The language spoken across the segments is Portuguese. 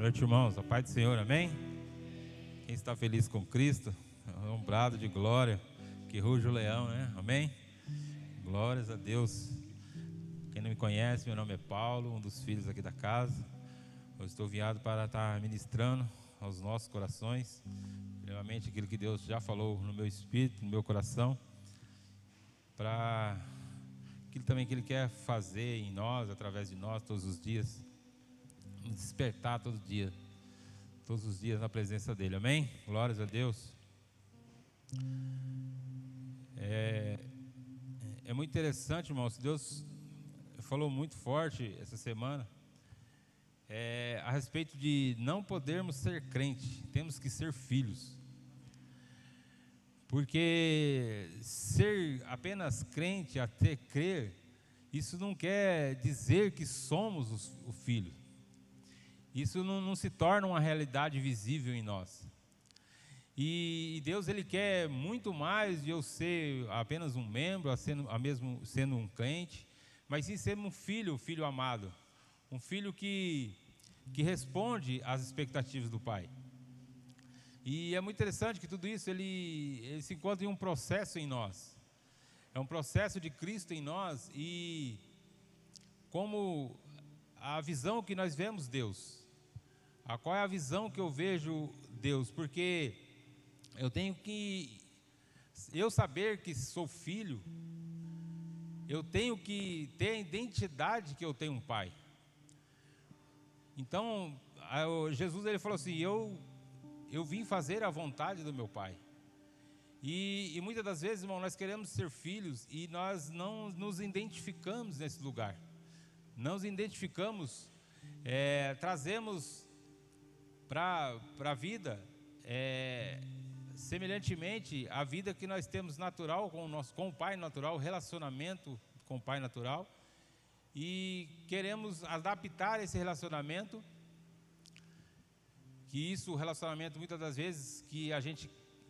noite, irmãos. A paz do Senhor, amém? Quem está feliz com Cristo, é um brado de glória, que ruge o leão, né? Amém? Glórias a Deus. Quem não me conhece, meu nome é Paulo, um dos filhos aqui da casa. Eu estou enviado para estar ministrando aos nossos corações, primeiramente aquilo que Deus já falou no meu espírito, no meu coração, para aquilo também que Ele quer fazer em nós, através de nós, todos os dias, nos despertar todos os dias na presença dEle, amém? Glórias a Deus. É muito interessante, irmãos, Deus falou muito forte essa semana a respeito de não podermos ser crente, temos que ser filhos. Porque ser apenas crente, até crer, isso não quer dizer que somos o filho. Isso não se torna uma realidade visível em nós. E Deus, Ele quer muito mais de eu ser apenas um membro, sendo um crente, mas sim ser um filho amado, um filho que responde às expectativas do Pai. E é muito interessante que tudo isso ele se encontra em um processo em nós. É um processo de Cristo em nós, e como a visão que nós vemos Deus. Qual é a visão que eu vejo Deus? Porque eu tenho que saber que sou filho, eu tenho que ter a identidade que eu tenho um pai. Então, Jesus, ele falou assim, eu vim fazer a vontade do meu pai. E muitas das vezes, irmão, nós queremos ser filhos e nós não nos identificamos nesse lugar. Não nos identificamos, trazemos para a vida, semelhantemente à vida que nós temos natural com o pai natural, relacionamento com o pai natural, e queremos adaptar esse relacionamento, o relacionamento muitas das vezes que a gente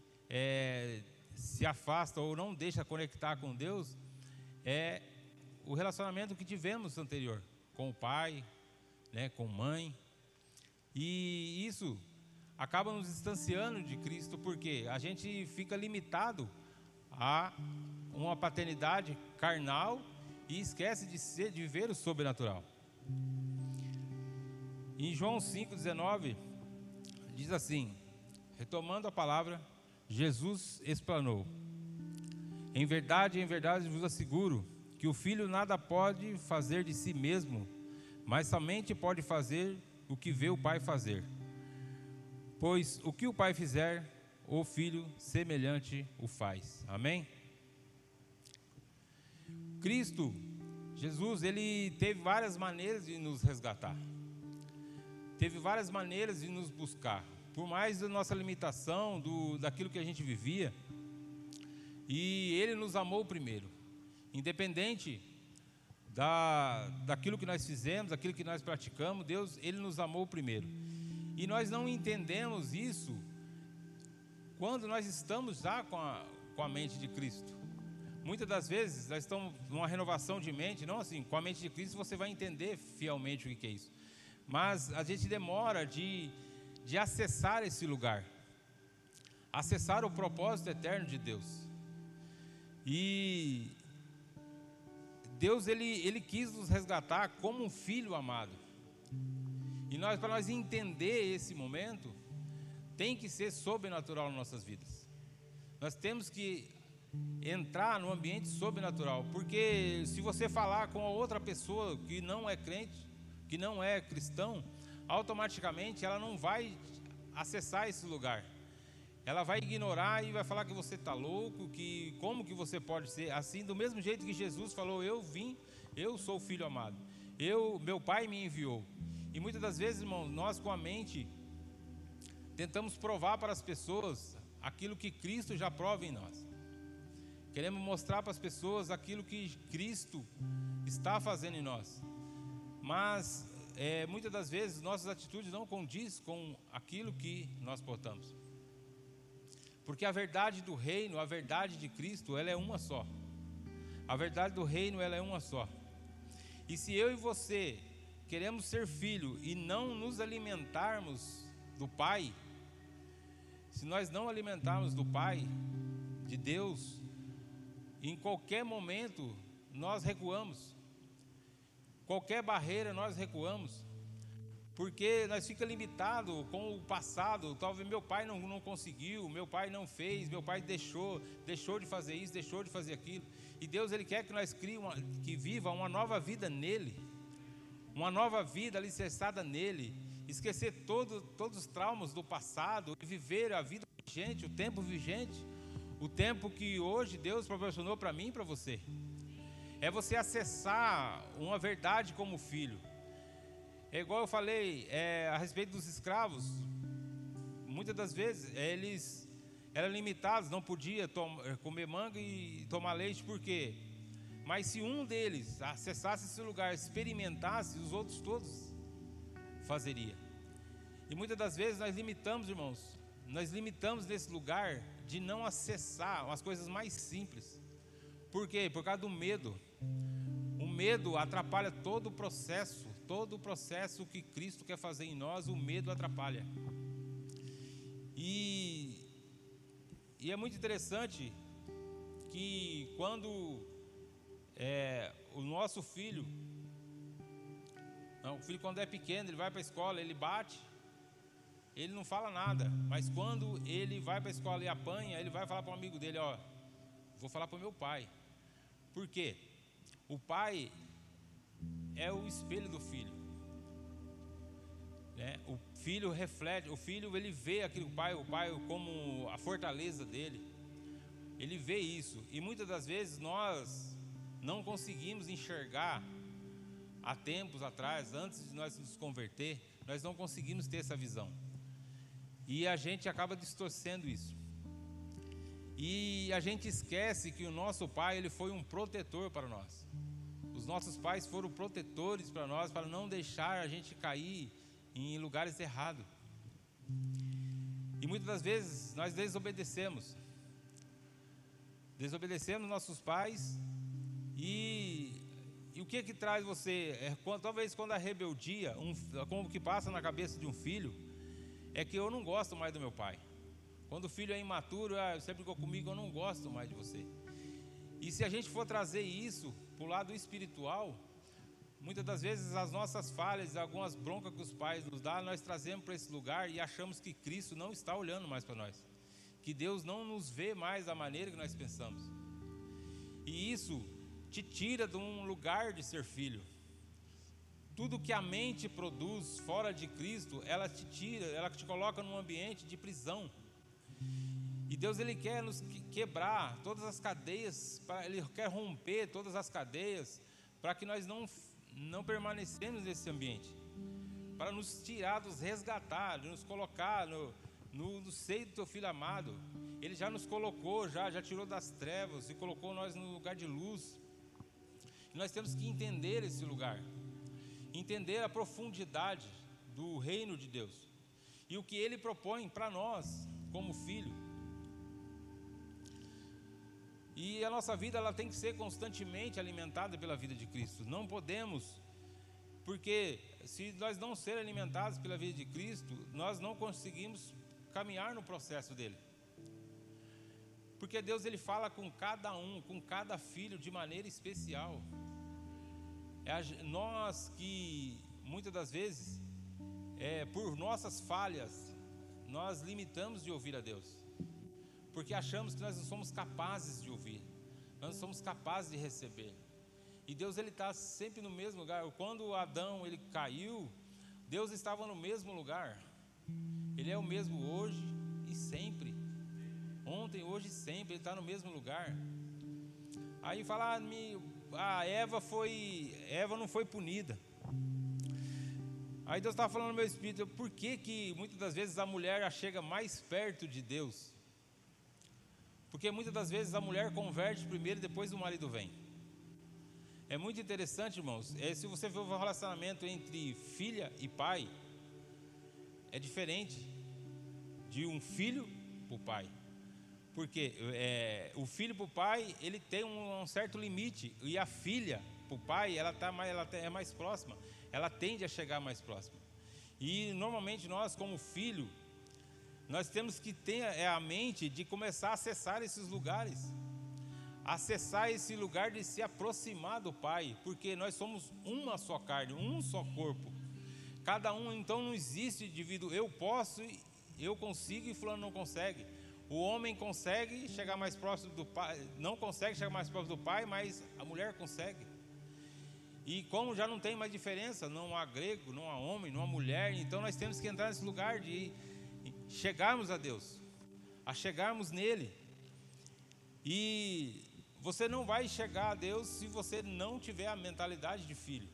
se afasta ou não deixa conectar com Deus, é o relacionamento que tivemos anterior, com o pai, né, com mãe. E isso acaba nos distanciando de Cristo, porque a gente fica limitado a uma paternidade carnal e esquece de ver o sobrenatural. Em João 5,19 diz assim, retomando a palavra, Jesus explanou: em verdade vos asseguro que o Filho nada pode fazer de si mesmo, mas somente pode fazer o que vê o Pai fazer. Pois o que o Pai fizer, o Filho semelhante o faz. Amém? Cristo, Jesus, Ele teve várias maneiras de nos resgatar. Teve várias maneiras de nos buscar. Por mais da nossa limitação, daquilo que a gente vivia. E Ele nos amou primeiro. Independente daquilo que nós fizemos, daquilo que nós praticamos, Deus, Ele nos amou primeiro. E nós não entendemos isso quando nós estamos já com a mente de Cristo. Muitas das vezes nós estamos numa renovação de mente, não assim, com a mente de Cristo você vai entender fielmente o que é isso. Mas a gente demora de acessar esse lugar, acessar o propósito eterno de Deus. E Deus, ele quis nos resgatar como um filho amado. E para nós entender esse momento, tem que ser sobrenatural nas nossas vidas. Nós temos que entrar no ambiente sobrenatural, porque se você falar com a outra pessoa que não é crente, que não é cristão, automaticamente ela não vai acessar esse lugar. Ela vai ignorar e vai falar que você está louco, que como que você pode ser assim, do mesmo jeito que Jesus falou, eu sou o filho amado, meu pai me enviou. E muitas das vezes, irmãos, nós com a mente tentamos provar para as pessoas aquilo que Cristo já prova em nós. Queremos mostrar para as pessoas aquilo que Cristo está fazendo em nós. Mas muitas das vezes nossas atitudes não condiz com aquilo que nós portamos. Porque a verdade do reino, a verdade de Cristo, ela é uma só. A verdade do reino, ela é uma só. E se eu e você queremos ser filho e não nos alimentarmos do Pai, se nós não alimentarmos do Pai, de Deus, em qualquer momento nós recuamos, qualquer barreira nós recuamos, porque nós ficamos limitados com o passado. Talvez meu pai não conseguiu, meu pai não fez, meu pai deixou de fazer isso, deixou de fazer aquilo. E Deus, Ele quer que nós que viva uma nova vida nele, uma nova vida alicerçada nele, esquecer todos os traumas do passado e viver a vida vigente, o tempo vigente, o tempo que hoje Deus proporcionou para mim e para você. É você acessar uma verdade como filho. É igual eu falei a respeito dos escravos. Muitas das vezes eles eram limitados, não podia comer manga e tomar leite, por quê? Mas se um deles acessasse esse lugar, experimentasse, os outros todos fazeria. E muitas das vezes nós limitamos, irmãos, nós limitamos nesse lugar de não acessar as coisas mais simples. Por quê? Por causa do medo. O medo atrapalha todo o processo que Cristo quer fazer em nós, o medo atrapalha. E é muito interessante que quando o nosso filho, o filho quando é pequeno, ele vai para a escola, ele bate, ele não fala nada, mas quando ele vai para a escola e apanha, ele vai falar para um amigo dele, vou falar para o meu pai. Por quê? O pai é o espelho do filho, né? O filho reflete, o filho ele vê aquele o pai como a fortaleza dele, ele vê isso, e muitas das vezes nós não conseguimos enxergar. Há tempos atrás, antes de nós nos converter, nós não conseguimos ter essa visão, e a gente acaba distorcendo isso, e a gente esquece que o nosso pai, ele foi um protetor para nós. Os nossos pais foram protetores para nós, para não deixar a gente cair em lugares errados. E muitas das vezes nós desobedecemos nossos pais. E o que traz você? Talvez quando a rebeldia, como que passa na cabeça de um filho, é que eu não gosto mais do meu pai. Quando o filho é imaturo, você brigou comigo, eu não gosto mais de você. E se a gente for trazer isso para o lado espiritual, muitas das vezes as nossas falhas, algumas broncas que os pais nos dão, nós trazemos para esse lugar e achamos que Cristo não está olhando mais para nós, que Deus não nos vê mais da maneira que nós pensamos. E isso te tira de um lugar de ser filho. Tudo que a mente produz fora de Cristo, ela te tira, ela te coloca num ambiente de prisão. E Deus, Ele quer nos quebrar todas as cadeias, Ele quer romper todas as cadeias, para que nós não permanecemos nesse ambiente, para nos tirar, nos resgatar, nos colocar no seio do Teu Filho amado. Ele já nos colocou, já tirou das trevas e colocou nós no lugar de luz. E nós temos que entender esse lugar, entender a profundidade do reino de Deus e o que Ele propõe para nós como filho. E a nossa vida, ela tem que ser constantemente alimentada pela vida de Cristo. Não podemos, porque se nós não sermos alimentados pela vida de Cristo, nós não conseguimos caminhar no processo dele. Porque Deus, Ele fala com cada um, com cada filho de maneira especial. Nós que muitas das vezes, por nossas falhas, nós limitamos de ouvir a Deus, porque achamos que nós não somos capazes de ouvir, nós não somos capazes de receber. E Deus, Ele está sempre no mesmo lugar. Quando Adão ele caiu, Deus estava no mesmo lugar. Ele é o mesmo hoje e sempre, ontem, hoje e sempre. Ele está no mesmo lugar. Aí fala, Eva não foi punida. Aí Deus estava falando no meu espírito, por que muitas das vezes a mulher chega mais perto de Deus? Porque muitas das vezes a mulher converte primeiro e depois o marido vem. É muito interessante, irmãos, se você ver o relacionamento entre filha e pai, é diferente de um filho para o pai. Porque o filho para o pai, ele tem um certo limite, e a filha para o pai, ela é mais próxima, ela tende a chegar mais próxima. E normalmente nós, como filho, nós temos que ter a mente de começar a acessar esses lugares, acessar esse lugar de se aproximar do Pai, porque nós somos uma só carne, um só corpo. Cada um, então não existe indivíduo, eu posso, eu consigo e fulano não consegue. O homem consegue chegar mais próximo do Pai, não consegue chegar mais próximo do Pai, mas a mulher consegue. E como já não tem mais diferença, não há grego, não há homem, não há mulher, então nós temos que entrar nesse lugar de chegarmos a Deus, a chegarmos nele. E você não vai chegar a Deus se você não tiver a mentalidade de filho.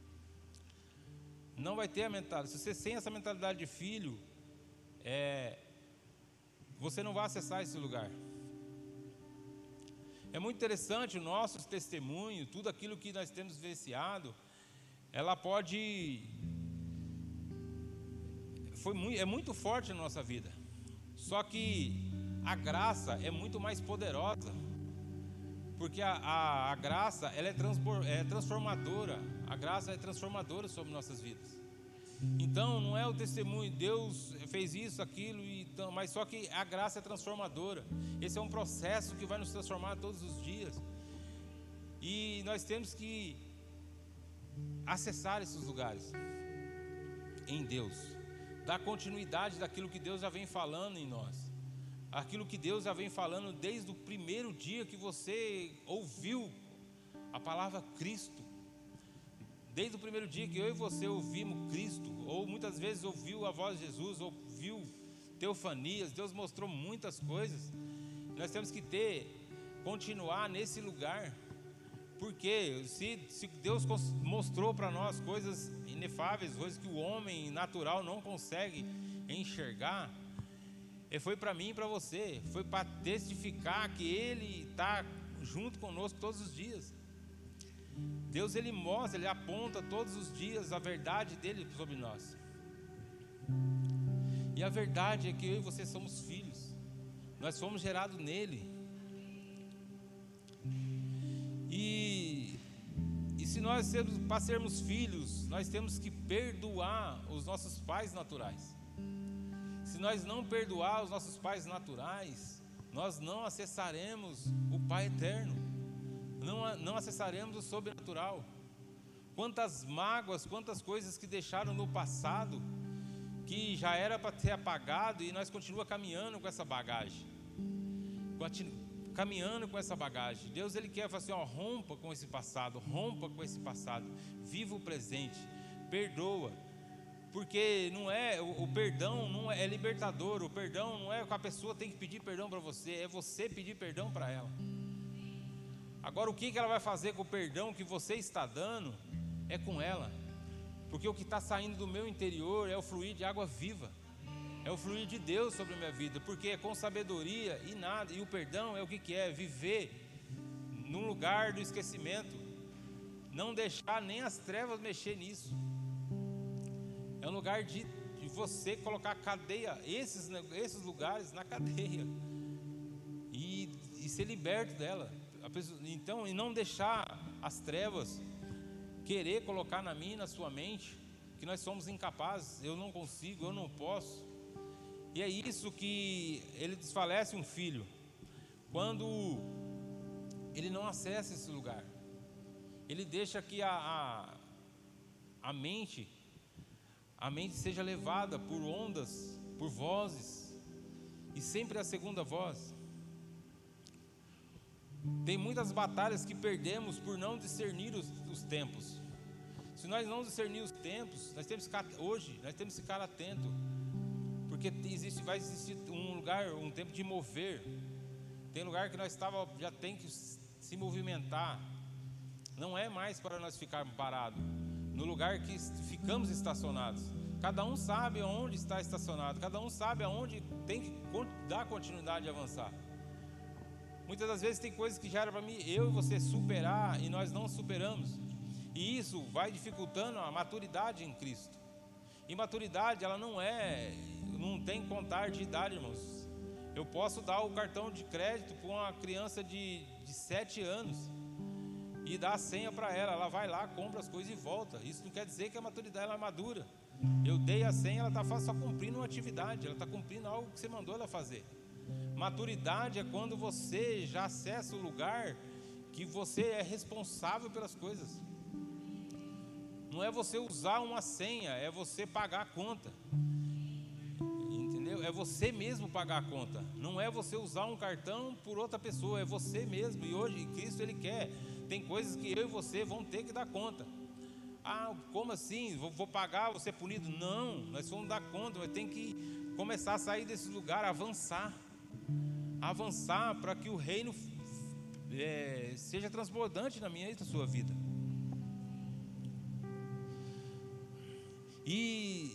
Não vai ter a mentalidade. Se você tem essa mentalidade de filho, você não vai acessar esse lugar. É muito interessante o nosso testemunho, tudo aquilo que nós temos vivenciado, ela pode... é muito forte na nossa vida. Só que a graça é muito mais poderosa, porque a graça ela é transformadora. A graça é transformadora sobre nossas vidas. Então não é o testemunho, Deus fez isso, aquilo, então, mas só que a graça é transformadora. Esse é um processo que vai nos transformar todos os dias. E nós temos que acessar esses lugares em Deus, dar continuidade daquilo que Deus já vem falando em nós, aquilo que Deus já vem falando desde o primeiro dia que você ouviu a palavra Cristo. Desde o primeiro dia que eu e você ouvimos Cristo, ou muitas vezes ouviu a voz de Jesus, ouviu teofanias, Deus mostrou muitas coisas. Nós temos que continuar nesse lugar, porque se Deus mostrou para nós coisas inefáveis, coisas que o homem natural não consegue enxergar, foi para mim e para você, foi para testificar que Ele está junto conosco todos os dias. Deus ele mostra, ele aponta todos os dias a verdade dele sobre nós. E a verdade é que eu e você somos filhos. Nós fomos gerados nele. E se nós para sermos filhos, nós temos que perdoar os nossos pais naturais. Se nós não perdoar os nossos pais naturais, nós não acessaremos o Pai eterno. Não acessaremos o sobrenatural. Quantas mágoas, quantas coisas que deixaram no passado, que já era para ter apagado, e nós continuamos caminhando com essa bagagem. Caminhando com essa bagagem. Deus ele quer fazer assim, rompa com esse passado, viva o presente, perdoa. Porque o perdão não é libertador, o perdão não é que a pessoa tem que pedir perdão para você, é você pedir perdão para ela. Agora o que ela vai fazer com o perdão que você está dando é com ela, porque o que está saindo do meu interior é o fluir de água viva, é o fluir de Deus sobre a minha vida, porque é com sabedoria e nada, e o perdão é o que é? Viver num lugar do esquecimento, não deixar nem as trevas mexer nisso, é um lugar de você colocar a cadeia, esses lugares na cadeia, e ser liberto dela. Então, e não deixar as trevas querer colocar na minha e na sua mente que nós somos incapazes, eu não consigo, eu não posso. E é isso que ele desfalece um filho, quando ele não acessa esse lugar. Ele deixa que a mente seja levada por ondas, por vozes, e sempre a segunda voz. Tem muitas batalhas que perdemos por não discernir os tempos. Se nós não discernir os tempos, nós temos que ficar atento, porque vai existir um lugar, um tempo de mover. Tem lugar que nós já tem que se movimentar. Não é mais para nós ficarmos parados no lugar que ficamos estacionados. Cada um sabe onde está estacionado, cada um sabe aonde tem que dar continuidade e avançar. Muitas das vezes tem coisas que já era para mim, eu e você superar, e nós não superamos. E isso vai dificultando a maturidade em Cristo. E maturidade, ela não tem contar de idade, irmãos. Eu posso dar o cartão de crédito para uma criança de 7 anos. e dá a senha para ela. Ela vai lá, compra as coisas e volta. Isso não quer dizer que a maturidade ela é madura. Eu dei a senha, ela está só cumprindo uma atividade, ela está cumprindo algo que você mandou ela fazer. Maturidade é quando você já acessa o lugar que você é responsável pelas coisas. Não é você usar uma senha, é você pagar a conta. Entendeu? É você mesmo pagar a conta. Não é você usar um cartão por outra pessoa, é você mesmo. E hoje Cristo ele quer. Tem coisas que eu e você vão ter que dar conta. Ah, como assim? Vou pagar, vou ser punido? Não, nós vamos dar conta. Mas tem que começar a sair desse lugar, avançar para que o reino seja transbordante na minha e na sua vida. E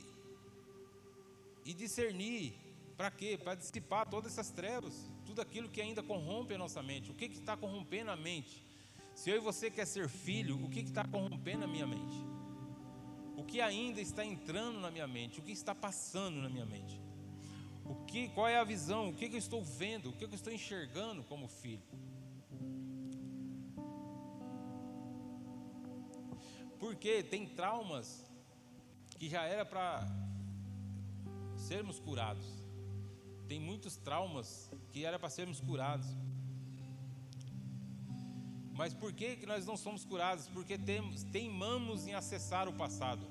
discernir, para quê? Para dissipar todas essas trevas, tudo aquilo que ainda corrompe a nossa mente. O que está corrompendo a mente? Se eu e você quer ser filho, o que está corrompendo a minha mente? O que ainda está entrando na minha mente? O que está passando na minha mente? Qual é a visão? O que eu estou vendo? O que eu estou enxergando como filho? Porque tem traumas que já era para sermos curados. Tem muitos traumas que era para sermos curados. Mas por que nós não somos curados? Porque teimamos em acessar o passado.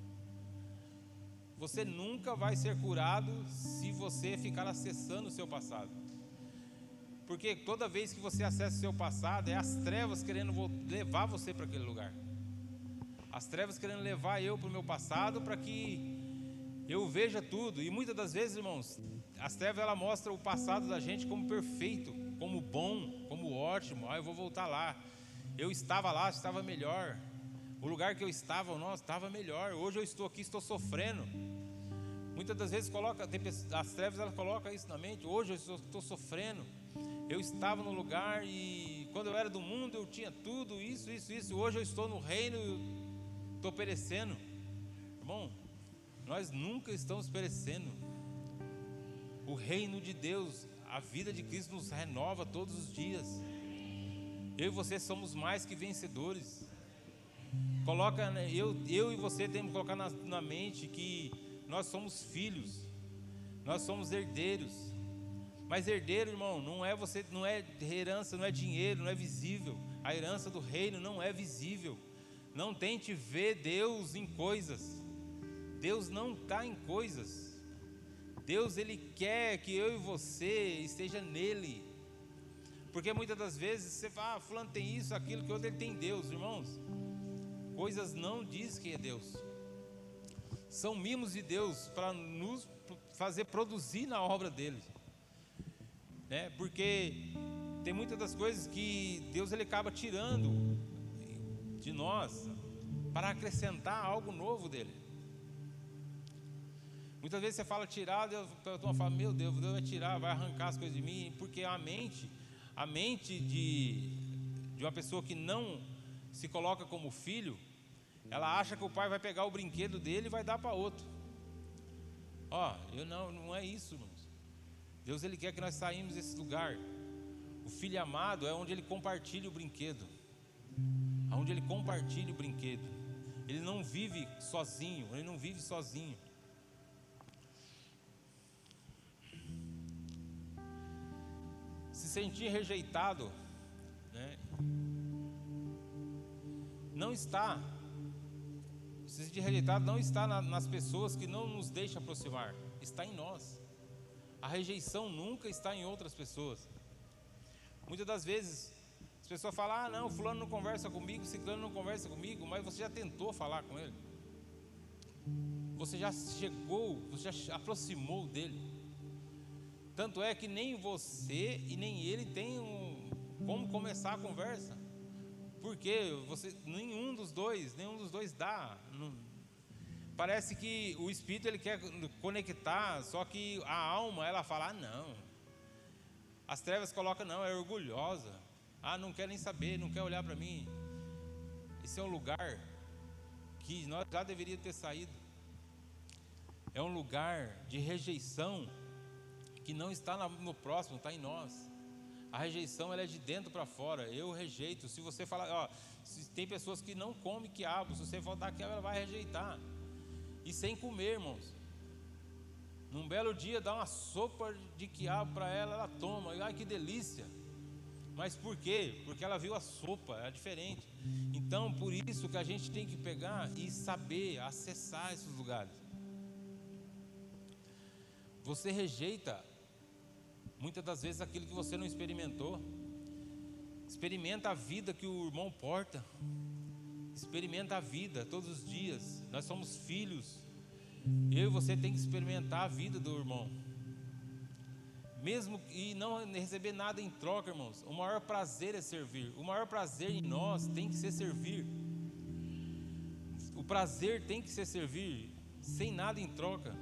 Você nunca vai ser curado se você ficar acessando o seu passado. Porque toda vez que você acessa o seu passado, é as trevas querendo levar você para aquele lugar. As trevas querendo levar eu para o meu passado para que eu veja tudo. E muitas das vezes, irmãos, as trevas ela mostra o passado da gente como perfeito, como bom, como ótimo. Eu vou voltar lá. Eu estava lá, estava melhor. O lugar que eu estava, nossa, estava melhor. Hoje eu estou aqui, estou sofrendo. Muitas das vezes as trevas ela coloca isso na mente. Hoje eu estou sofrendo. Eu estava no lugar e quando eu era do mundo eu tinha tudo, isso. Hoje eu estou no reino e estou perecendo. Irmão, nós nunca estamos perecendo. O reino de Deus, a vida de Cristo nos renova todos os dias. Eu e você somos mais que vencedores. Eu e você temos que colocar na mente que nós somos filhos, nós somos herdeiros. Mas herdeiro, irmão, não é herança, não é dinheiro, não é visível. A herança do reino não é visível. Não tente ver Deus em coisas. Deus não está em coisas. Deus ele quer que eu e você esteja nele. Porque muitas das vezes você fala, fulano tem isso, aquilo, que outro ele tem Deus. Irmãos, coisas não diz que é Deus. São mimos de Deus para nos fazer produzir na obra dele. Né? Porque tem muitas das coisas que Deus ele acaba tirando de nós para acrescentar algo novo dele. Muitas vezes você fala tirar, Deus fala, meu Deus vai tirar, vai arrancar as coisas de mim, porque a mente de uma pessoa que não se coloca como filho, ela acha que o pai vai pegar o brinquedo dele e vai dar para outro. Não é isso, irmãos. Deus ele quer que nós saímos desse lugar. O filho amado é onde ele compartilha o brinquedo. Onde ele compartilha o brinquedo. Ele não vive sozinho, Se sentir rejeitado, né? Se sentir rejeitado não está nas pessoas que não nos deixam aproximar, está em nós. A rejeição nunca está em outras pessoas. Muitas das vezes as pessoas falam, não, fulano não conversa comigo, ciclano não conversa comigo, mas você já tentou falar com ele? Você já chegou, você já aproximou dele? Tanto é que nem você e nem ele tem como começar a conversa. Porque nenhum dos dois dá. Parece que o espírito ele quer conectar, só que a alma ela fala, não. As trevas colocam, não, é orgulhosa. Não quer nem saber, não quer olhar para mim. Esse é um lugar que nós já deveríamos ter saído. É um lugar de rejeição que não está no próximo, está em nós. A rejeição, ela é de dentro para fora. Eu rejeito. Se você falar, ó, se tem pessoas que não comem quiabo, se você faltar quiabo, ela vai rejeitar. E sem comer, irmãos. Num belo dia, dá uma sopa de quiabo para ela, ela toma. Ai, que delícia. Mas por quê? Porque ela viu a sopa, é diferente. Então, por isso que a gente tem que pegar e saber acessar esses lugares. Você rejeita, muitas das vezes, aquilo que você não experimentou. Experimenta a vida que o irmão porta. Experimenta a vida todos os dias. Nós somos filhos. Eu e você tem que experimentar a vida do irmão. Mesmo e não receber nada em troca, irmãos. O maior prazer é servir. O maior prazer em nós tem que ser servir. O prazer tem que ser servir, sem nada em troca.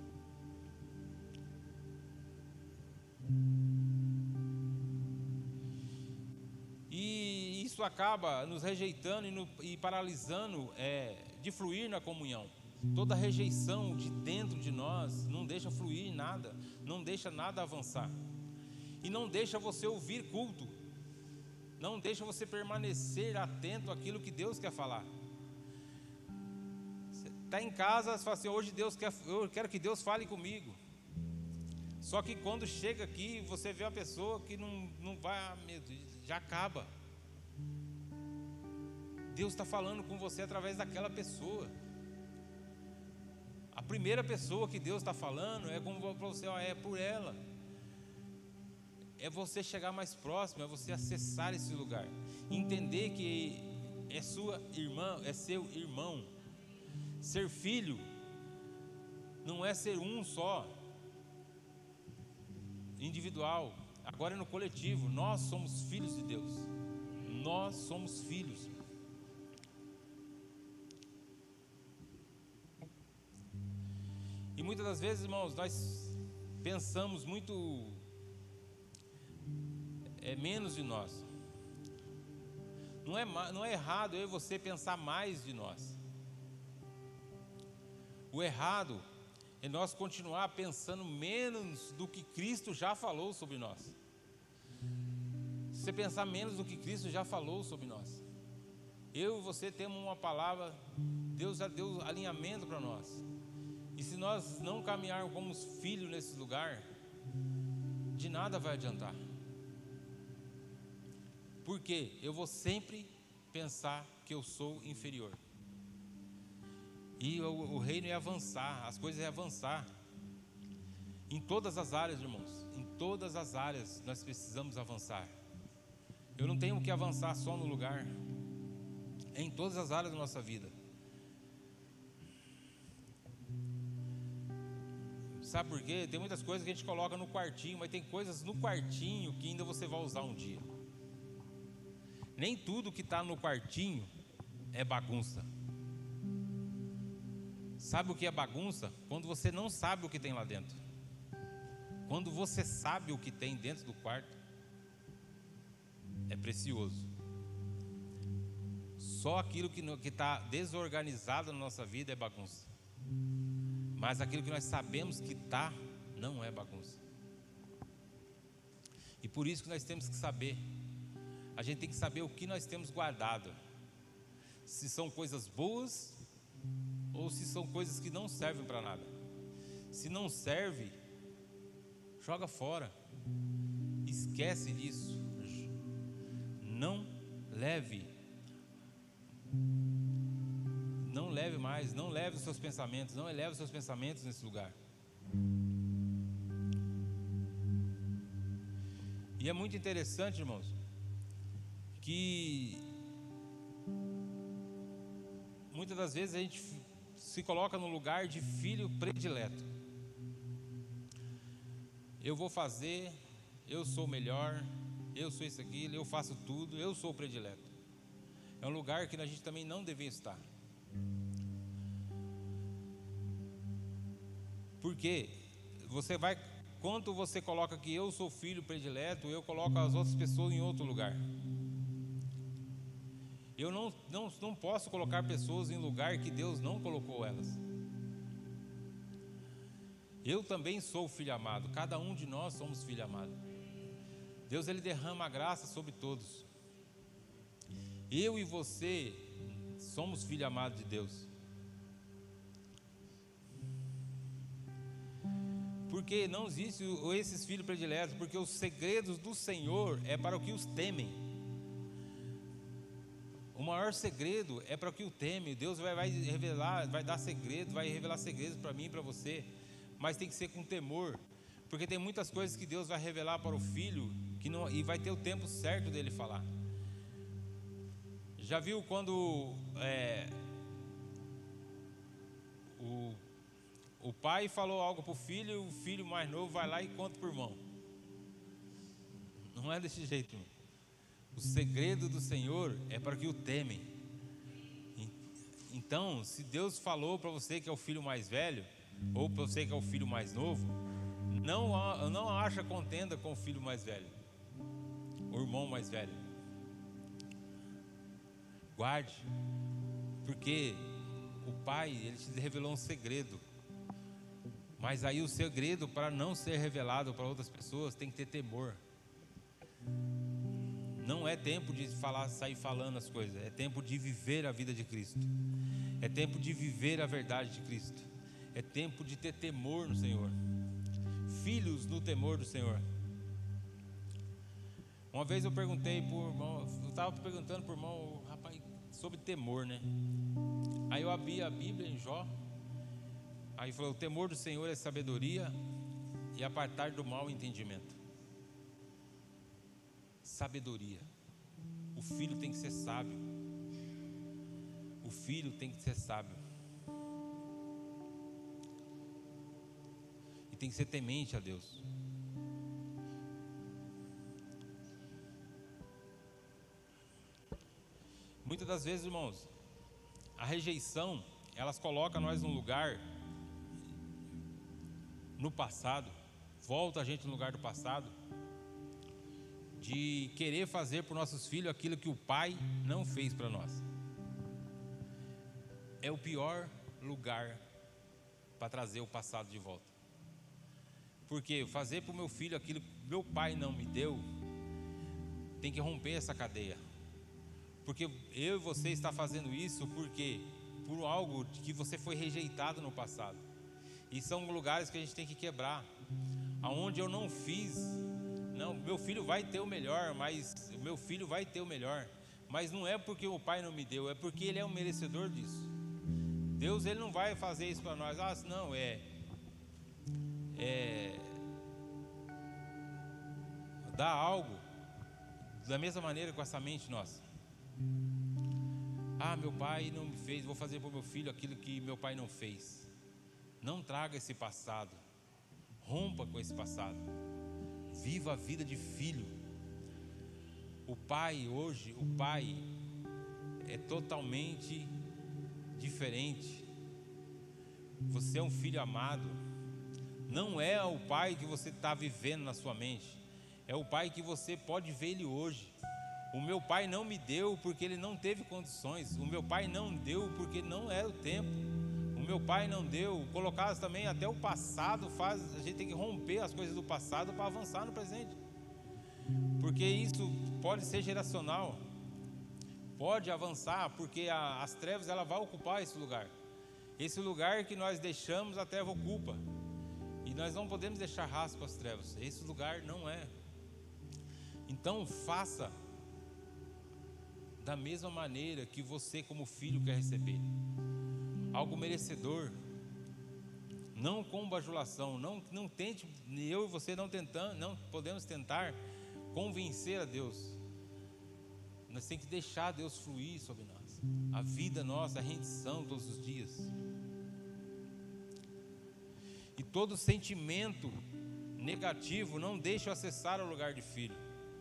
E isso acaba nos rejeitando e paralisando de fluir na comunhão. Toda rejeição de dentro de nós não deixa fluir nada, não deixa nada avançar. E não deixa você ouvir culto. Não deixa você permanecer atento àquilo que Deus quer falar. Você está em casa, você fala assim, hoje eu quero que Deus fale comigo. Só que quando chega aqui, você vê uma pessoa que não vai, já acaba. Deus está falando com você através daquela pessoa. A primeira pessoa que Deus está falando é como para você, é por ela. É você chegar mais próximo, é você acessar esse lugar. Entender que é sua irmã, é seu irmão. Ser filho não é ser um só, individual. Agora é no coletivo. Nós somos filhos de Deus. Nós somos filhos. E muitas das vezes, irmãos, nós pensamos muito menos de nós. Não é errado eu e você pensar mais de nós. O errado é nós continuar pensando menos do que Cristo já falou sobre nós. Se você pensar menos do que Cristo já falou sobre nós. Eu e você temos uma palavra, Deus já deu alinhamento para nós. E se nós não caminharmos como filhos nesse lugar, de nada vai adiantar. Porque eu vou sempre pensar que eu sou inferior. E o reino é avançar, as coisas é avançar. Em todas as áreas, irmãos, em todas as áreas nós precisamos avançar. Eu não tenho que avançar só no lugar, é em todas as áreas da nossa vida. Sabe por quê? Tem muitas coisas que a gente coloca no quartinho, mas tem coisas no quartinho que ainda você vai usar um dia. Nem tudo que está no quartinho é bagunça. Sabe o que é bagunça? Quando você não sabe o que tem lá dentro. Quando você sabe o que tem dentro do quarto, é precioso. Só aquilo que está desorganizado na nossa vida é bagunça. Mas aquilo que nós sabemos que está, não é bagunça. E por isso que nós temos que saber. A gente tem que saber o que nós temos guardado. Se são coisas boas ou se são coisas que não servem para nada. Se não serve, joga fora. Esquece disso. Não leve. Não leve mais, não leve os seus pensamentos, não eleve os seus pensamentos nesse lugar. E é muito interessante, irmãos, que muitas das vezes a gente se coloca no lugar de filho predileto. Eu vou fazer, eu sou o melhor, eu sou isso aqui, eu faço tudo, eu sou o predileto. É um lugar que a gente também não devia estar. Porque quando você coloca que eu sou filho predileto, eu coloco as outras pessoas em outro lugar. Eu não posso colocar pessoas em lugar que Deus não colocou elas. Eu também sou filho amado. Cada um de nós somos filho amado. Deus, ele derrama a graça sobre todos. Eu e você somos filho amado de Deus. Porque não existe esses filhos prediletos, porque os segredos do Senhor é para o que os temem. O maior segredo é para o que o teme. Deus vai revelar, vai dar segredos, vai revelar segredos para mim e para você, mas tem que ser com temor, porque tem muitas coisas que Deus vai revelar para o filho que não, e vai ter o tempo certo dele falar. Já viu quando o pai falou algo para o filho e o filho mais novo vai lá e conta para o irmão? Não é desse jeito. O segredo do Senhor é para que o temem. Então, se Deus falou para você que é o filho mais velho, ou para você que é o filho mais novo, não acha contenda com o filho mais velho, o irmão mais velho. Guarde, porque o pai, ele te revelou um segredo. Mas aí o segredo, para não ser revelado para outras pessoas, tem que ter temor. Não é tempo de sair falando as coisas, é tempo de viver a vida de Cristo. É tempo de viver a verdade de Cristo. É tempo de ter temor no Senhor. Filhos no temor do Senhor. Uma vez eu perguntei para o irmão, eu estava perguntando para o irmão, rapaz, sobre temor, né? Aí eu abri a Bíblia em Jó. Aí falou: o temor do Senhor é sabedoria e apartar do mal o entendimento. Sabedoria. O filho tem que ser sábio. O filho tem que ser sábio. E tem que ser temente a Deus. Muitas das vezes, irmãos, a rejeição, elas colocam nós num lugar no passado, volta a gente no lugar do passado, de querer fazer para os nossos filhos aquilo que o pai não fez para nós. É o pior lugar para trazer o passado de volta. Porque fazer para o meu filho aquilo que meu pai não me deu, tem que romper essa cadeia. Porque eu e você está fazendo isso porque por algo que você foi rejeitado no passado. E são lugares que a gente tem que quebrar. Aonde eu não fiz, não, meu filho vai ter o melhor, mas meu filho vai ter o melhor. Mas não é porque o pai não me deu, é porque ele é um merecedor disso. Deus, ele não vai fazer isso para nós. Ah, não, dar algo da mesma maneira com essa mente nossa. Ah, meu pai não me fez, vou fazer para o meu filho aquilo que meu pai não fez. Não traga esse passado. Rompa com esse passado. Viva a vida de filho. O pai hoje, o pai é totalmente diferente. Você é um filho amado. Não é o pai que você está vivendo na sua mente. É o pai que você pode ver ele hoje. O meu pai não me deu porque ele não teve condições. O meu pai não deu porque não era o tempo. O meu pai não deu. Colocar também até o passado faz. A gente tem que romper as coisas do passado para avançar no presente. Porque isso pode ser geracional. Pode avançar, porque as trevas ela vai ocupar esse lugar. Esse lugar que nós deixamos, a treva ocupa. E nós não podemos deixar rastro com as trevas. Esse lugar não é. Então faça da mesma maneira que você como filho quer receber. Algo merecedor. Não com bajulação. Não tente, eu e você não podemos tentar convencer a Deus. Nós temos que deixar Deus fluir sobre nós. A vida nossa é rendição todos os dias. E todo sentimento negativo não deixa eu acessar o lugar de filho.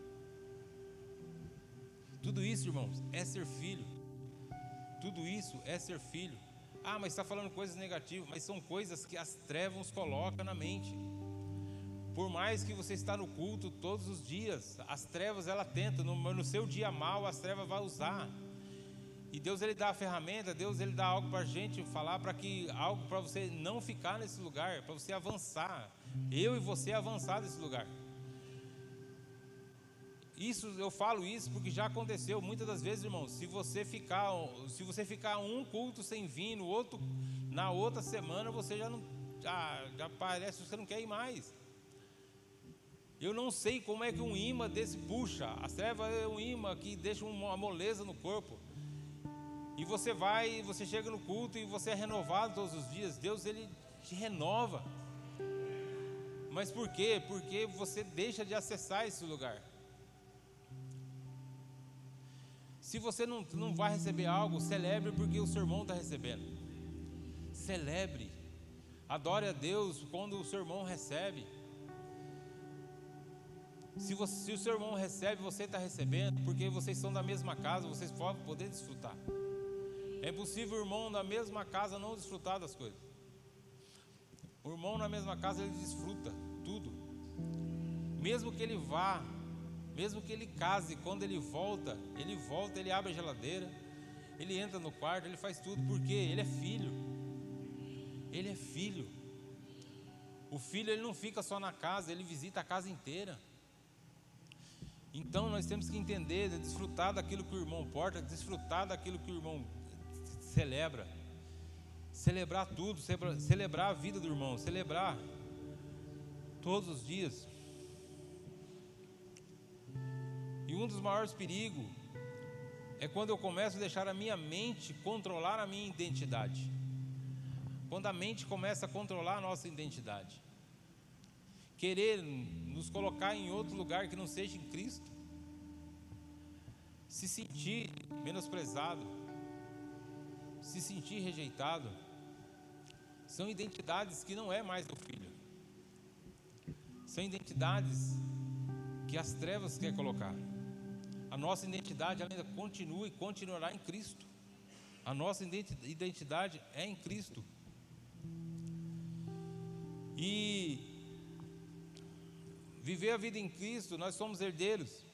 Tudo isso, irmãos, é ser filho. Tudo isso é ser filho. Ah, mas está falando coisas negativas. Mas são coisas que as trevas colocam na mente. Por mais que você está no culto todos os dias, as trevas ela tenta, no seu dia mal, as trevas vai usar. E Deus ele dá a ferramenta, Deus ele dá algo para a gente falar, algo para você não ficar nesse lugar, para você avançar. Eu e você avançar nesse lugar. Isso, eu falo isso porque já aconteceu muitas das vezes, irmãos. Se você ficar um culto sem vir, no outro, na outra semana você já parece que você não quer ir mais. Eu não sei como é que um imã desse puxa. A treva é um imã que deixa uma moleza no corpo. E você chega no culto e você é renovado todos os dias. Deus, Ele te renova. Mas por quê? Porque você deixa de acessar esse lugar. Se você não vai receber algo, celebre porque o seu irmão está recebendo. Celebre. Adore a Deus quando o seu irmão recebe. Se o seu irmão recebe, você está recebendo, porque vocês são da mesma casa, vocês podem poder desfrutar. É impossível o irmão da mesma casa não desfrutar das coisas. O irmão na mesma casa, ele desfruta tudo. Mesmo que ele vá, mesmo que ele case, quando ele volta, ele abre a geladeira, ele entra no quarto, ele faz tudo, porque ele é filho. Ele é filho. O filho, ele não fica só na casa, ele visita a casa inteira. Então nós temos que entender, desfrutar daquilo que o irmão porta, desfrutar daquilo que o irmão celebra. Celebrar tudo, celebrar a vida do irmão, celebrar todos os dias. E um dos maiores perigos é quando eu começo a deixar a minha mente controlar a minha identidade. Quando a mente começa a controlar a nossa identidade. Querer nos colocar em outro lugar que não seja em Cristo. Se sentir menosprezado. Se sentir rejeitado. São identidades que não é mais do filho. São identidades que as trevas querem colocar. A nossa identidade ainda continua e continuará em Cristo. A nossa identidade é em Cristo. E viver a vida em Cristo, nós somos herdeiros.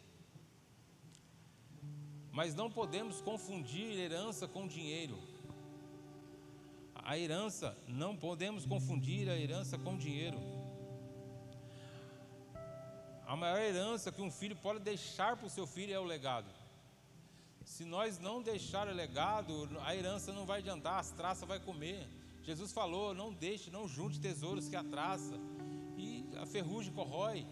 Mas não podemos confundir herança com dinheiro. A herança, não podemos confundir a herança com dinheiro. A maior herança que um filho pode deixar para o seu filho é o legado. Se nós não deixar o legado, a herança não vai adiantar, as traças vai comer. Jesus falou, não junte tesouros que a traça e a ferrugem corrói.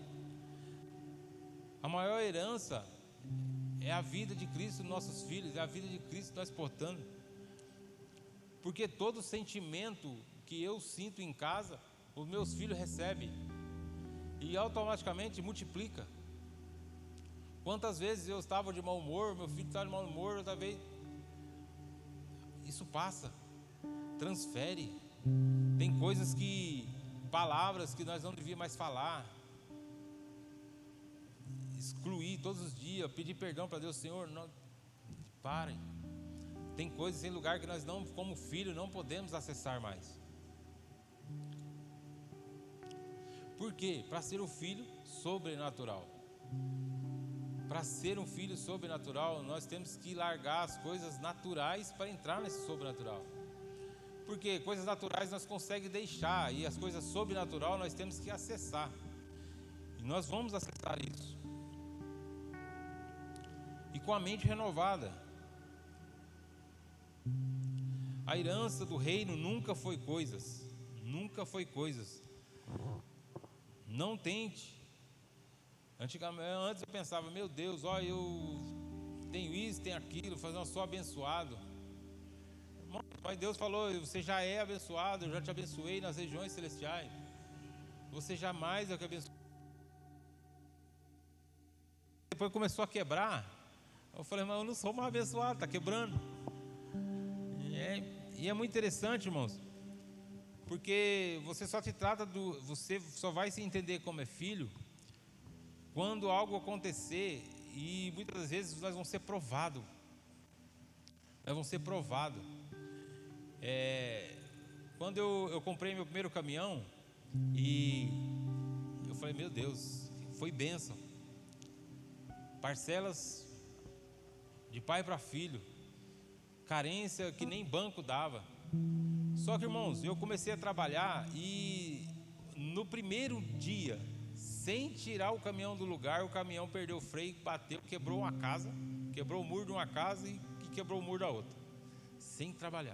A maior herança é a vida de Cristo nos nossos filhos, é a vida de Cristo nós portando. Porque todo sentimento que eu sinto em casa, os meus filhos recebem. E automaticamente multiplica. Quantas vezes eu estava de mau humor, meu filho estava de mau humor, outra vez. Isso passa, transfere. Tem coisas palavras que nós não devíamos mais falar. Excluir todos os dias, pedir perdão para Deus, Senhor, não, parem. Tem coisas em lugar que nós não, como filho, não podemos acessar mais. Por quê? Para ser um filho sobrenatural. Para ser um filho sobrenatural, nós temos que largar as coisas naturais para entrar nesse sobrenatural. Porque coisas naturais nós conseguimos deixar, e as coisas sobrenaturais nós temos que acessar. E nós vamos acessar isso. E com a mente renovada. A herança do reino nunca foi coisas. Nunca foi coisas. Não tente. Antes eu pensava, meu Deus, ó, eu tenho isso, tenho aquilo, eu sou abençoado. Mas Deus falou, você já é abençoado, eu já te abençoei nas regiões celestiais. Você jamais é o que abençoou. Depois começou a quebrar. Eu falei, mas eu não sou mais abençoado, está quebrando. E é muito interessante, irmãos. Porque você só vai se entender como é filho quando algo acontecer, e muitas vezes nós vamos ser provados. Nós vamos ser provados. Quando eu comprei meu primeiro caminhão, e eu falei, meu Deus, foi bênção. Parcelas de pai para filho, carência que nem banco dava. Só que, irmãos, eu comecei a trabalhar e no primeiro dia, Sem tirar o caminhão do lugar, o caminhão perdeu o freio, bateu, quebrou uma casa, quebrou o muro de uma casa e quebrou o muro da outra, sem trabalhar.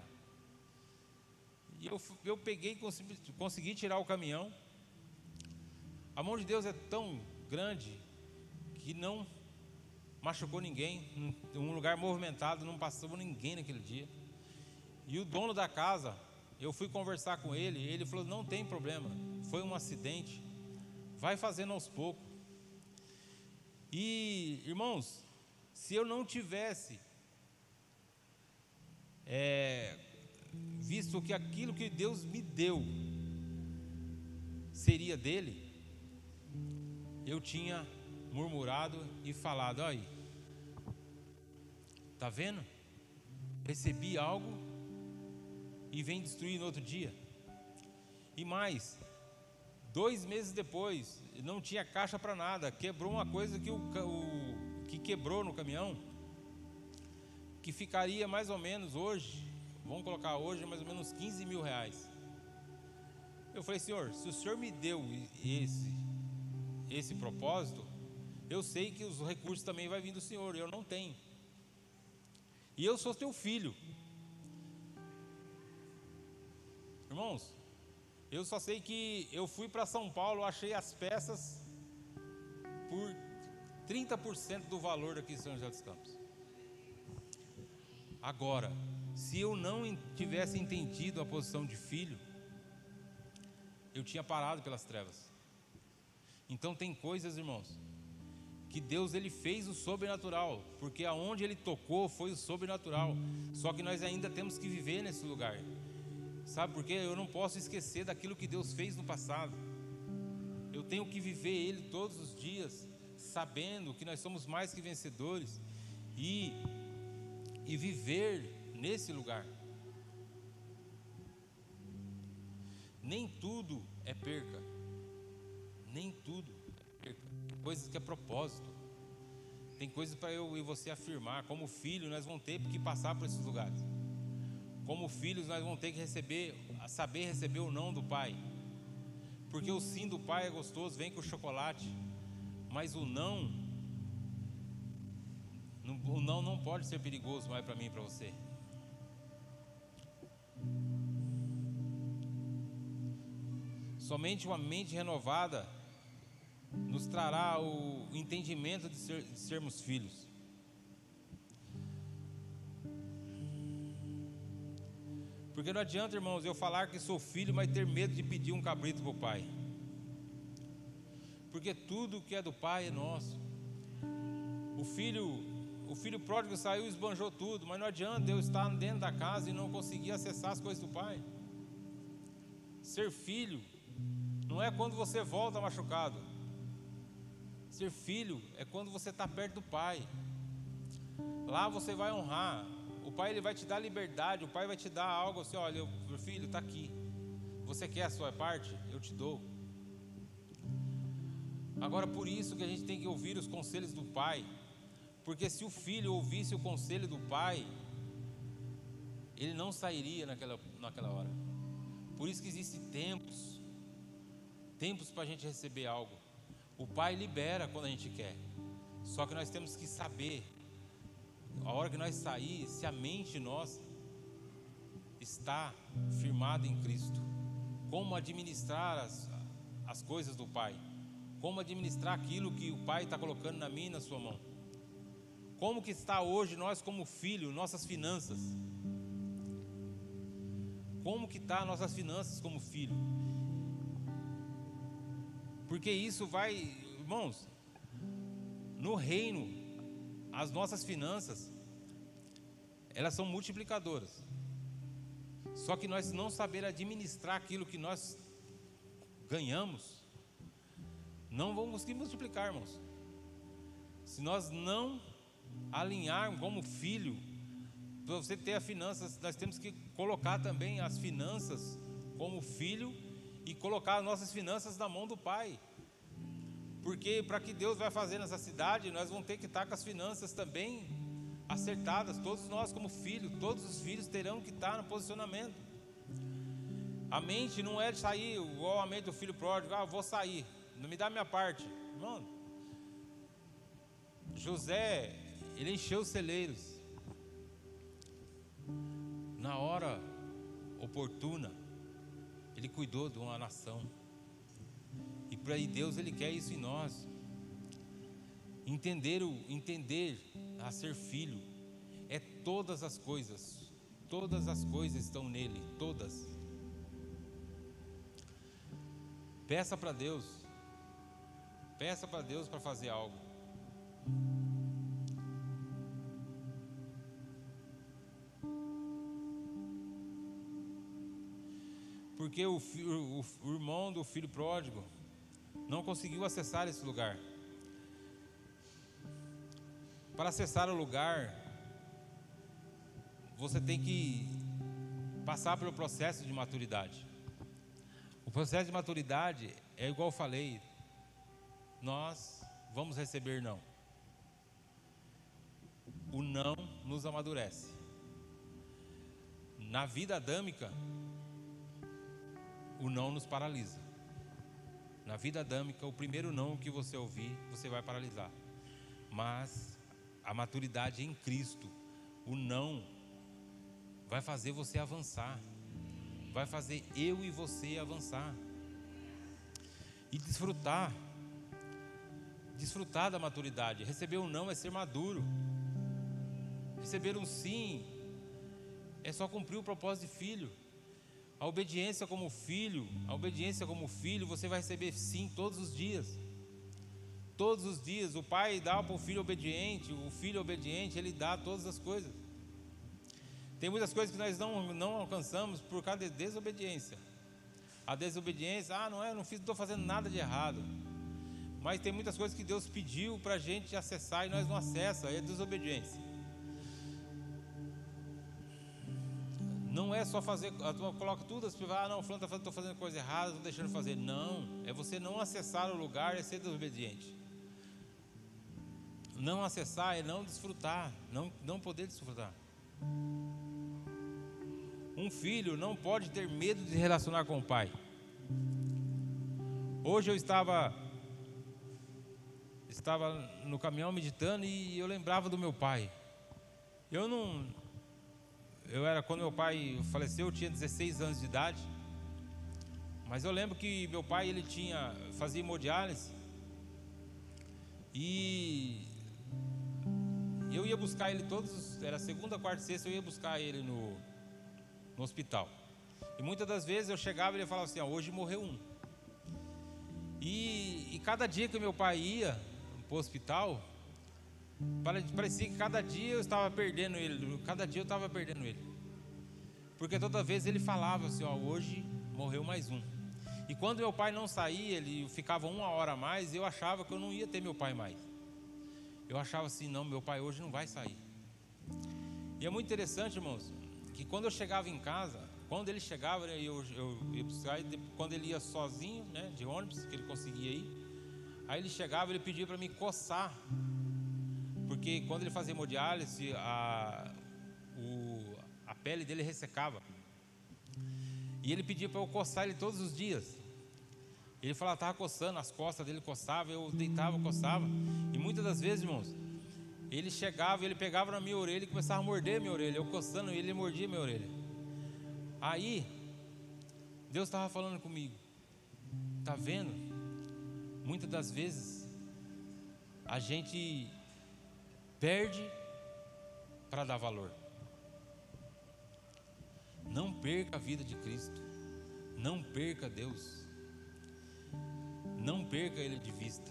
E eu peguei e consegui tirar o caminhão. A mão de Deus é tão grande que não machucou ninguém. Um lugar movimentado, não passou ninguém naquele dia. E o dono da casa, eu fui conversar com ele, e ele falou: não tem problema, foi um acidente, vai fazendo aos poucos. E, irmãos, se eu não tivesse visto que aquilo que Deus me deu seria dele, eu tinha murmurado e falado: aí, tá vendo? Recebi algo e vem destruir no outro dia. E mais, 2 meses depois, não tinha caixa para nada, quebrou uma coisa que quebrou no caminhão, que ficaria mais ou menos hoje, vamos colocar hoje, mais ou menos 15 mil reais. Eu falei: Senhor, se o Senhor me deu esse propósito, eu sei que os recursos também vai vir do Senhor, eu não tenho. E eu sou teu filho. Irmãos, eu só sei que eu fui para São Paulo, achei as peças por 30% do valor daqui de São José dos Campos. Agora, se eu não tivesse entendido a posição de filho, eu tinha parado pelas trevas. Então tem coisas, irmãos, que Deus ele fez o sobrenatural, porque aonde ele tocou foi o sobrenatural. Só que nós ainda temos que viver nesse lugar. Sabe por quê? Eu não posso esquecer daquilo que Deus fez no passado. Eu tenho que viver ele todos os dias, sabendo que nós somos mais que vencedores, e viver nesse lugar. Nem tudo é perca. Nem tudo é perca. Tem coisas que é propósito. Tem coisas para eu e você afirmar. Como filho, nós vamos ter que passar por esses lugares. Como filhos, nós vamos ter que saber receber o não do pai. Porque o sim do pai é gostoso, vem com chocolate. Mas o não não pode ser perigoso mais para mim e para você. Somente uma mente renovada nos trará o entendimento de sermos filhos. Porque não adianta, irmãos, eu falar que sou filho, mas ter medo de pedir um cabrito para o pai. Porque tudo que é do pai é nosso. O filho pródigo saiu e esbanjou tudo, mas não adianta eu estar dentro da casa e não conseguir acessar as coisas do pai. Ser filho não é quando você volta machucado. Ser filho é quando você está perto do pai. Lá você vai honrar. O pai ele vai te dar liberdade. O pai vai te dar algo assim: olha, meu filho, está aqui. Você quer a sua parte? Eu te dou. Agora, por isso que a gente tem que ouvir os conselhos do pai. Porque se o filho ouvisse o conselho do pai, ele não sairia naquela hora. Por isso que existem tempos para a gente receber algo. O pai libera quando a gente quer. Só que nós temos que saber, a hora que nós sair, se a mente nossa está firmada em Cristo. Como administrar as coisas do pai. Como administrar aquilo que o pai está colocando na minha e na sua mão. Como que está hoje nós como filho, nossas finanças? Como que está nossas finanças como filho? Porque isso vai, irmãos, no reino, as nossas finanças, elas são multiplicadoras. Só que nós não saber administrar aquilo que nós ganhamos, não vamos conseguir multiplicar, irmãos. Se nós não alinharmos como filho, para você ter as finanças, nós temos que colocar também as finanças como filho e colocar as nossas finanças na mão do pai. Porque para que Deus vai fazer nessa cidade, nós vamos ter que estar com as finanças também acertadas. Todos nós como filhos, todos os filhos terão que estar no posicionamento. A mente não é de sair igual a mente do filho pródigo: vou sair. não me dá a minha parte. Irmão, José, ele encheu os celeiros na hora oportuna. Ele cuidou de uma nação. E para aí Deus, ele quer isso em nós. Entender a ser filho é todas as coisas estão nele, todas. Peça para Deus para fazer algo. Porque o irmão do filho pródigo não conseguiu acessar esse lugar. Para acessar o lugar, você tem que passar pelo processo de maturidade. O processo de maturidade é igual eu falei, nós vamos receber não. O não nos amadurece. Na vida adâmica, o não nos paralisa. Na vida adâmica, o primeiro não que você ouvir, você vai paralisar. Mas a maturidade em Cristo, o não vai fazer você avançar. Vai fazer eu e você avançar. E desfrutar da maturidade. Receber um não é ser maduro. Receber um sim é só cumprir o propósito de filho. A obediência como filho, você vai receber sim todos os dias. Todos os dias, o pai dá para o filho obediente, ele dá todas as coisas. Tem muitas coisas que nós não alcançamos por causa de desobediência. A desobediência, não estou fazendo nada de errado. Mas tem muitas coisas que Deus pediu para a gente acessar e nós não acessamos, é desobediência. Não é só fazer, coloca tudo, fulano estou fazendo coisa errada, estou deixando de fazer. Não, é você não acessar o lugar, é ser desobediente. Não acessar é não desfrutar, não poder desfrutar. Um filho não pode ter medo de se relacionar com o pai. Hoje eu estava no caminhão meditando e eu lembrava do meu pai. Quando meu pai faleceu, eu tinha 16 anos de idade. Mas eu lembro que meu pai, ele fazia hemodiálise. E eu ia buscar ele era segunda, quarta e sexta, eu ia buscar ele no hospital. E muitas das vezes eu chegava e ele falava assim, hoje morreu um. E cada dia que meu pai ia para o hospital, parecia que cada dia eu estava perdendo ele. Porque toda vez ele falava assim, hoje morreu mais um. E quando meu pai não saía, ele ficava 1 hora a mais, eu achava que eu não ia ter meu pai mais. Eu achava assim, não, meu pai hoje não vai sair. E é muito interessante, irmãos, que quando eu chegava em casa, quando ele chegava, eu ia buscar, quando ele ia sozinho, né, de ônibus, que ele conseguia ir, aí ele chegava, ele pedia para me coçar, porque quando ele fazia hemodiálise, a pele dele ressecava, e ele pedia para eu coçar ele todos os dias. Ele falava, estava coçando, as costas dele coçava, eu deitava, coçava, e muitas das vezes, irmãos, ele chegava, ele pegava na minha orelha e começava a morder a minha orelha, eu coçando ele mordia a minha orelha. Aí, Deus estava falando comigo, está vendo? Muitas das vezes, a gente perde para dar valor. Não perca a vida de Cristo, não perca Deus, não perca Ele de vista.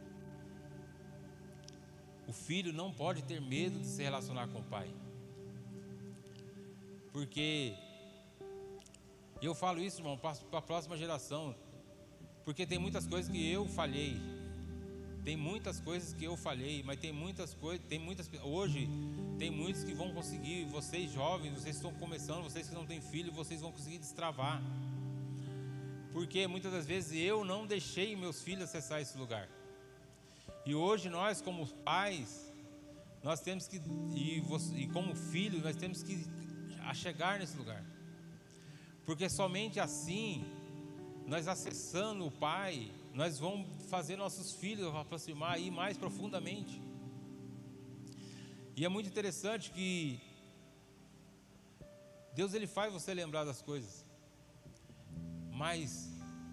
O filho não pode ter medo de se relacionar com o pai, porque eu falo isso, irmão, para a próxima geração, porque tem muitas coisas que eu falhei, mas hoje tem muitos que vão conseguir. Vocês jovens, vocês estão começando, vocês que não têm filho, vocês vão conseguir destravar, porque muitas das vezes eu não deixei meus filhos acessar esse lugar. E hoje nós, como pais, nós temos que, e como filhos, nós temos que chegar nesse lugar, porque somente assim nós acessando o Pai, nós vamos fazer nossos filhos aproximar aí mais profundamente. E é muito interessante que Deus, Ele faz você lembrar das coisas. Mas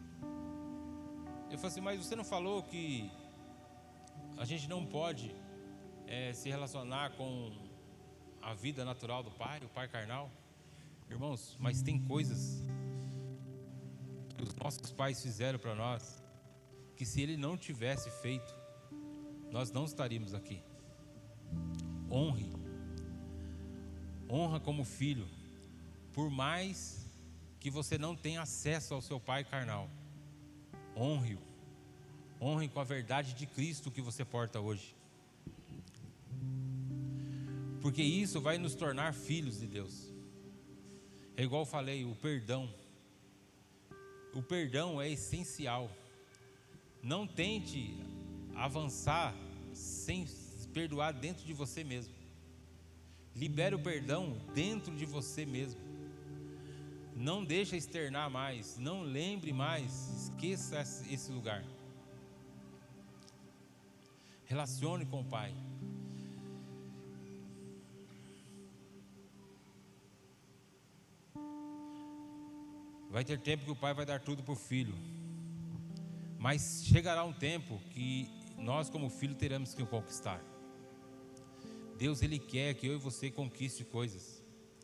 eu falei assim, mas você não falou que a gente não pode se relacionar com a vida natural do Pai, o Pai carnal? Irmãos, mas tem coisas que os nossos pais fizeram para nós, que se Ele não tivesse feito, nós não estaríamos aqui. Honra como filho, por mais que você não tenha acesso ao seu pai carnal. Honre com a verdade de Cristo que você porta hoje, porque isso vai nos tornar filhos de Deus. É igual eu falei, o perdão é essencial. Não tente avançar sem perdoar dentro de você mesmo. Libere o perdão dentro de você mesmo. Não deixa externar mais, não lembre mais, esqueça esse lugar. Relacione com o Pai. Vai ter tempo que o Pai vai dar tudo para o filho, mas chegará um tempo que nós como filho teremos que conquistar. Deus, Ele quer que eu e você conquiste coisas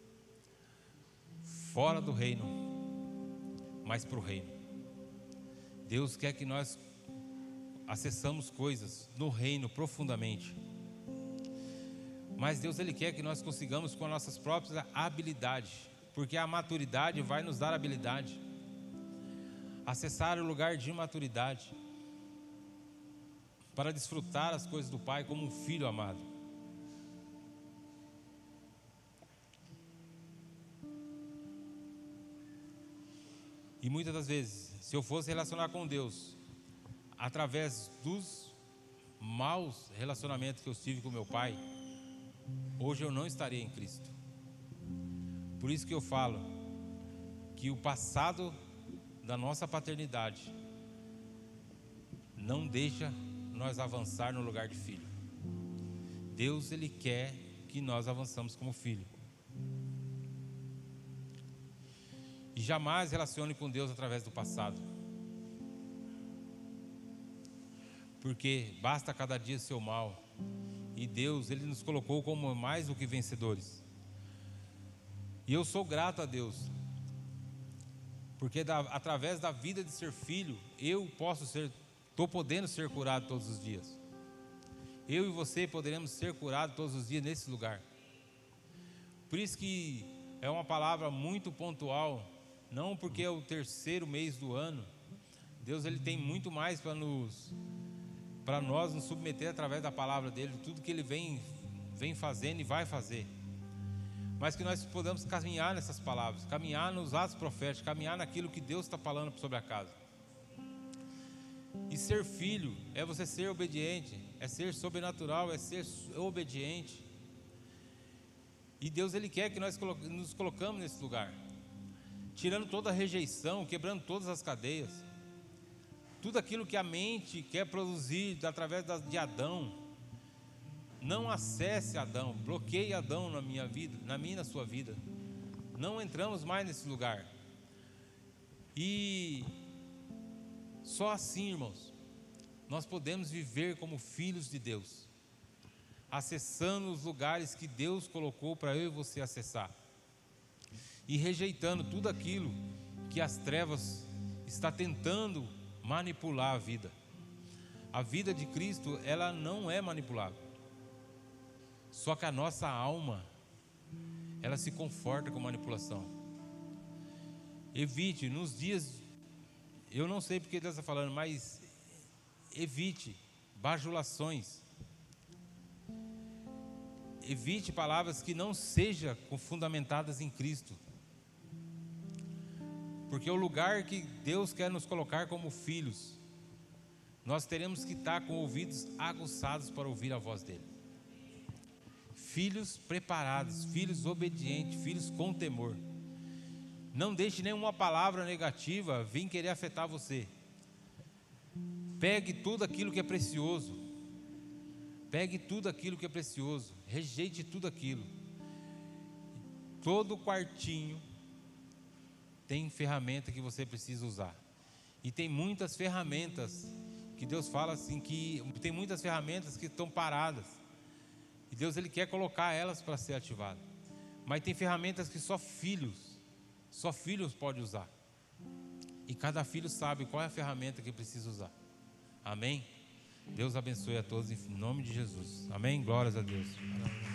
fora do reino, mas para o reino. Deus quer que nós acessamos coisas no reino profundamente, mas Deus, Ele quer que nós consigamos com as nossas próprias habilidades, porque a maturidade vai nos dar habilidade, acessar o lugar de maturidade, para desfrutar as coisas do Pai como um filho amado. E muitas das vezes, se eu fosse relacionar com Deus através dos maus relacionamentos que eu tive com meu pai, hoje eu não estaria em Cristo. Por isso que eu falo que o passado da nossa paternidade não deixa nós avançar no lugar de filho. Deus, Ele quer que nós avançamos como filho. E jamais relacione com Deus através do passado, porque basta cada dia seu mal, e Deus, Ele nos colocou como mais do que vencedores. E eu sou grato a Deus, porque através da vida de ser filho, eu estou podendo ser curado todos os dias. Eu e você poderemos ser curados todos os dias nesse lugar. Por isso que é uma palavra muito pontual, não porque é o terceiro mês do ano. Deus, Ele tem muito mais para nós nos submeter através da palavra dEle, tudo que Ele vem fazendo e vai fazer. Mas que nós podamos caminhar nessas palavras, caminhar nos atos proféticos, caminhar naquilo que Deus está falando sobre a casa. E ser filho é você ser obediente, é ser sobrenatural, é ser obediente. E Deus, Ele quer que nós nos colocamos nesse lugar, tirando toda a rejeição, quebrando todas as cadeias, tudo aquilo que a mente quer produzir através de Adão. Não acesse Adão, bloqueie Adão na minha vida, na minha e na sua vida. Não entramos mais nesse lugar. E só assim, irmãos, nós podemos viver como filhos de Deus, acessando os lugares que Deus colocou para eu e você acessar, e rejeitando tudo aquilo que as trevas está tentando manipular a vida. A vida de Cristo, ela não é manipulável. Só que a nossa alma, ela se conforta com manipulação. Evite nos dias, eu não sei porque Deus está falando, mas evite bajulações. Evite palavras que não sejam fundamentadas em Cristo. Porque o lugar que Deus quer nos colocar como filhos, nós teremos que estar com ouvidos aguçados para ouvir a voz dEle. Filhos preparados, filhos obedientes, filhos com temor. Não deixe nenhuma palavra negativa vir querer afetar você. Pegue tudo aquilo que é precioso. Pegue tudo aquilo que é precioso. Rejeite tudo aquilo. Todo quartinho tem ferramenta que você precisa usar. E tem muitas ferramentas que Deus fala assim, que tem muitas ferramentas que estão paradas. E Deus, Ele quer colocar elas para ser ativadas. Mas tem ferramentas que só filhos podem usar. E cada filho sabe qual é a ferramenta que precisa usar. Amém? Deus abençoe a todos em nome de Jesus. Amém? Glórias a Deus.